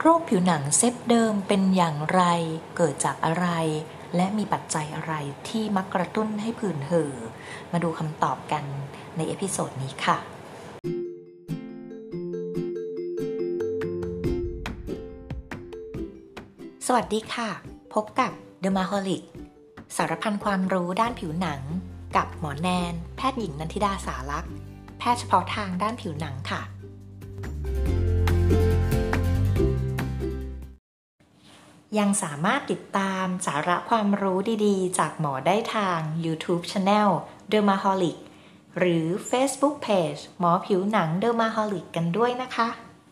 โรคผิวหนังเซฟเดิมเป็นอย่างไรเกิดจากอะไรและมีปัจจัยอะไรที่มักกระตุ้นให้ผื่นเห่อมาดูคำตอบกันในเอพิโซดนี้ค่ะสวัสดีค่ะพบกับ Dermaholic สารพันความรู้ด้านผิวหนังกับหมอแนนแพทย์หญิงนันทิดาสาลักษณ์แพทย์เฉพาะทางด้านผิวหนังค่ะยังสามารถติดตามสาระความรู้ดีๆจากหมอได้ทาง YouTube Channel Dermaholic หรือ Facebook Page หมอผิวหนัง Dermaholic กันด้วยนะคะ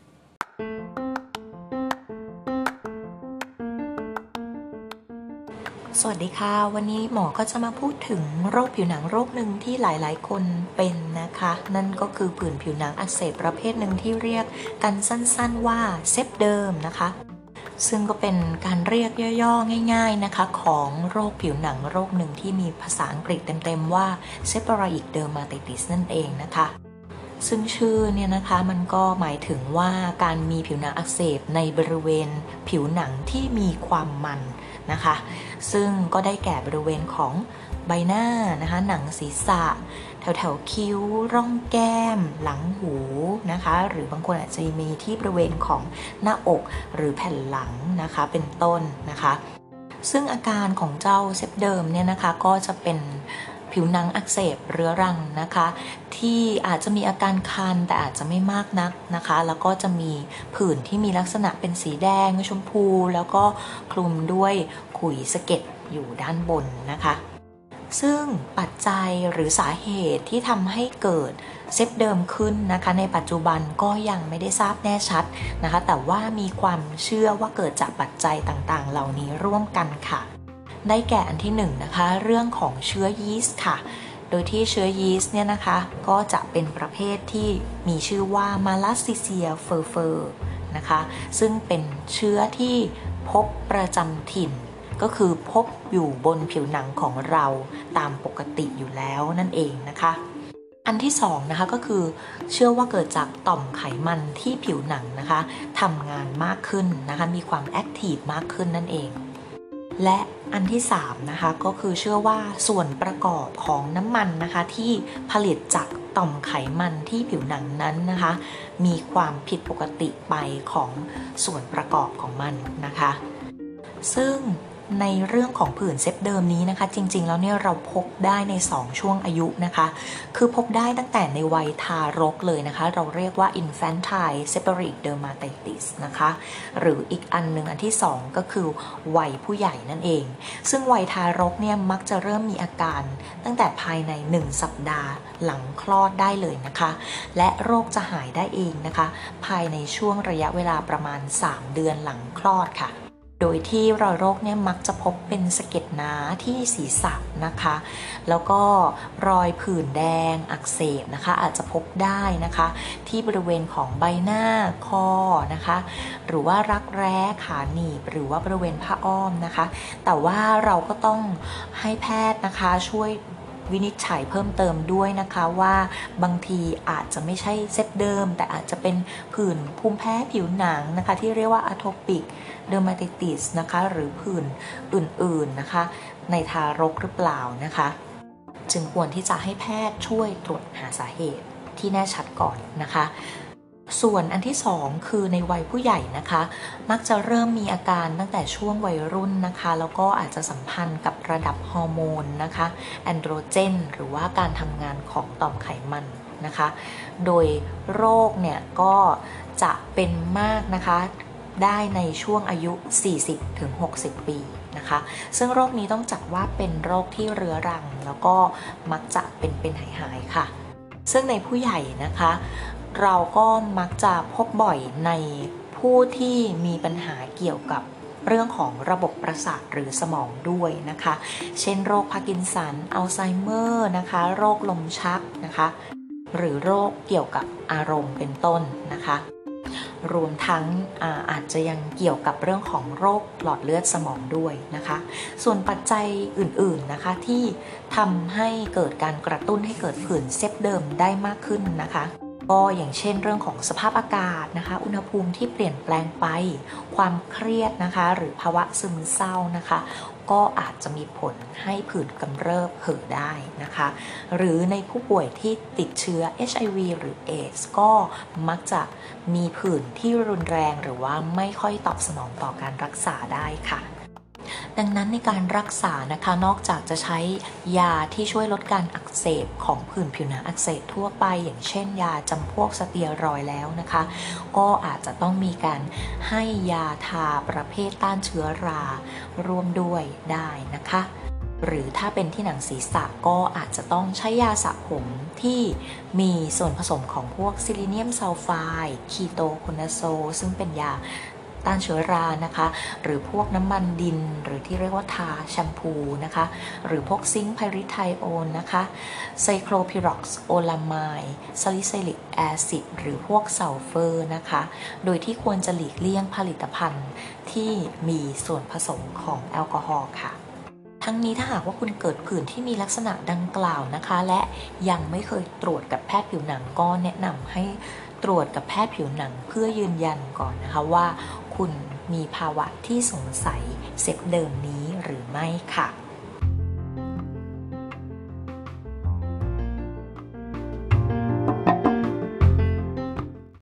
สวัสดีค่ะวันนี้หมอก็จะมาพูดถึงโรคผิวหนังโรคหนึ่งที่หลายๆคนเป็นนะคะนั่นก็คือผื่นผิวหนังอักเสบประเภทหนึ่งที่เรียกกันสั้นๆว่าเซฟเดิมนะคะซึ่งก็เป็นการเรียกย่อๆง่ายๆนะคะของโรคผิวหนังโรคหนึ่งที่มีภาษาอังกฤษเต็มๆว่า Seborrheic dermatitis นั่นเองนะคะซึ่งชื่อเนี่ยนะคะมันก็หมายถึงว่าการมีผิวหนังอักเสบในบริเวณผิวหนังที่มีความมันนะคะซึ่งก็ได้แก่บริเวณของใบหน้านะคะหนังศีรษะแถวๆคิ้วร่องแก้มหลังหูนะคะหรือบางคนอาจจะมีที่บริเวณของหน้าอกหรือแผ่นหลังนะคะเป็นต้นนะคะซึ่งอาการของเจ้าเซฟเดิมเนี่ยนะคะก็จะเป็นผิวหนังอักเสบเรื้อรังนะคะที่อาจจะมีอาการคันแต่อาจจะไม่มากนักนะคะแล้วก็จะมีผื่นที่มีลักษณะเป็นสีแดงชมพูแล้วก็คลุมด้วยขุยสะเก็ดอยู่ด้านบนนะคะซึ่งปัจจัยหรือสาเหตุที่ทำให้เกิดเซฟเดิมขึ้นนะคะในปัจจุบันก็ยังไม่ได้ทราบแน่ชัดนะคะแต่ว่ามีความเชื่อว่าเกิดจากปัจจัยต่างๆเหล่านี้ร่วมกันค่ะได้แก่อันที่หนึ่งนะคะเรื่องของเชื้อยีสต์ค่ะโดยที่เชื้อยีสต์เนี่ยนะคะก็จะเป็นประเภทที่มีชื่อว่า Malassezia furfur นะคะซึ่งเป็นเชื้อที่พบประจำถิ่นก็คือพบอยู่บนผิวหนังของเราตามปกติอยู่แล้วนั่นเองนะคะอันที่สองนะคะก็คือเชื่อว่าเกิดจากต่อมไขมันที่ผิวหนังนะคะทำงานมากขึ้นนะคะมีความแอคทีฟมากขึ้นนั่นเองและอันที่3นะคะก็คือเชื่อว่าส่วนประกอบของน้ำมันนะคะที่ผลิตจากต่อมไขมันที่ผิวหนังนั้นนะคะมีความผิดปกติไปของส่วนประกอบของมันนะคะซึ่งในเรื่องของผื่นเซฟเดิมนี้นะคะจริงๆแล้วเนี่ยเราพบได้ใน2ช่วงอายุนะคะคือพบได้ตั้งแต่ในวัยทารกเลยนะคะเราเรียกว่า infantile seborrheic dermatitis นะคะหรืออีกอันหนึ่งอันที่2ก็คือวัยผู้ใหญ่นั่นเองซึ่งวัยทารกเนี่ยมักจะเริ่มมีอาการตั้งแต่ภายใน1สัปดาห์หลังคลอดได้เลยนะคะและโรคจะหายได้เองนะคะภายในช่วงระยะเวลาประมาณ3เดือนหลังคลอดค่ะโดยที่รอยโรคเนี่ยมักจะพบเป็นสะเก็ดหนาที่ศีรษะนะคะแล้วก็รอยผื่นแดงอักเสบนะคะอาจจะพบได้นะคะที่บริเวณของใบหน้าคอนะคะหรือว่ารักแร้ขาหนีบหรือว่าบริเวณผ้าอ้อมนะคะแต่ว่าเราก็ต้องให้แพทย์นะคะช่วยวินิจฉัยเพิ่มเติมด้วยนะคะว่าบางทีอาจจะไม่ใช่เซฟเดิมแต่อาจจะเป็นผื่นภูมิแพ้ผิวหนังนะคะที่เรียกว่า atopic dermatitis นะคะหรือผื่นอื่นๆนะคะในทารกหรือเปล่านะคะจึงควรที่จะให้แพทย์ช่วยตรวจหาสาเหตุที่แน่ชัดก่อนนะคะส่วนอันที่2คือในวัยผู้ใหญ่นะคะมักจะเริ่มมีอาการตั้งแต่ช่วงวัยรุ่นนะคะแล้วก็อาจจะสัมพันธ์กับระดับฮอร์โมนนะคะแอนโดรเจนหรือว่าการทำงานของต่อมไขมันนะคะโดยโรคเนี่ยก็จะเป็นมากนะคะได้ในช่วงอายุ 40-60 ปีนะคะซึ่งโรคนี้ต้องจัดว่าเป็นโรคที่เรื้อรังแล้วก็มักจะเป็นหายๆค่ะซึ่งในผู้ใหญ่นะคะเราก็มักจะพบบ่อยในผู้ที่มีปัญหาเกี่ยวกับเรื่องของระบบประสาทหรือสมองด้วยนะคะเช่นโรคพาร์กินสันอัลไซเมอร์นะคะโรคลมชักนะคะหรือโรคเกี่ยวกับอารมณ์เป็นต้นนะคะรวมทั้งอาจจะยังเกี่ยวกับเรื่องของโรคหลอดเลือดสมองด้วยนะคะส่วนปัจจัยอื่นๆนะคะที่ทำให้เกิดการกระตุ้นให้เกิดผื่นเซฟเดิมได้มากขึ้นนะคะก็อย่างเช่นเรื่องของสภาพอากาศนะคะอุณหภูมิที่เปลี่ยนแปลงไปความเครียดนะคะหรือภาวะซึมเศร้านะคะก็อาจจะมีผลให้ผื่นกำเริบเห่อได้นะคะหรือในผู้ป่วยที่ติดเชื้อ HIV หรือ AIDS ก็มักจะมีผื่นที่รุนแรงหรือว่าไม่ค่อยตอบสนองต่อการรักษาได้ค่ะดังนั้นในการรักษานะคะนอกจากจะใช้ยาที่ช่วยลดการอักเสบของผื่นผิวหนังอักเสบทั่วไปอย่างเช่นยาจำพวกสเตียรอยด์แล้วนะคะก็อาจจะต้องมีการให้ยาทาประเภทต้านเชื้อราร่วมด้วยได้นะคะหรือถ้าเป็นที่หนังศีรษะก็อาจจะต้องใช้ยาสระผมที่มีส่วนผสมของพวกซิลิเนียมซัลไฟด์คีโตโคนาโซลซึ่งเป็นยาต้านเชื้อรานะคะหรือพวกน้ำมันดินหรือที่เรียกว่าทาแชมพูนะคะหรือพวกซิงค์ไพริไทโอนนะคะไซโคลพิร็อกซ์โอลามายซาลิไซลิกแอซิดหรือพวกซัลเฟอร์นะคะโดยที่ควรจะหลีกเลี่ยงผลิตภัณฑ์ที่มีส่วนผสมของแอลกอฮอล์ค่ะทั้งนี้ถ้าหากว่าคุณเกิดผื่นที่มีลักษณะดังกล่าวนะคะและยังไม่เคยตรวจกับแพทย์ผิวหนังก็แนะนำให้ตรวจกับแพทย์ผิวหนังเพื่อยืนยันก่อนนะคะว่าคุณมีภาวะที่สงสัยเซปเดิมนี้หรือไม่ค่ะ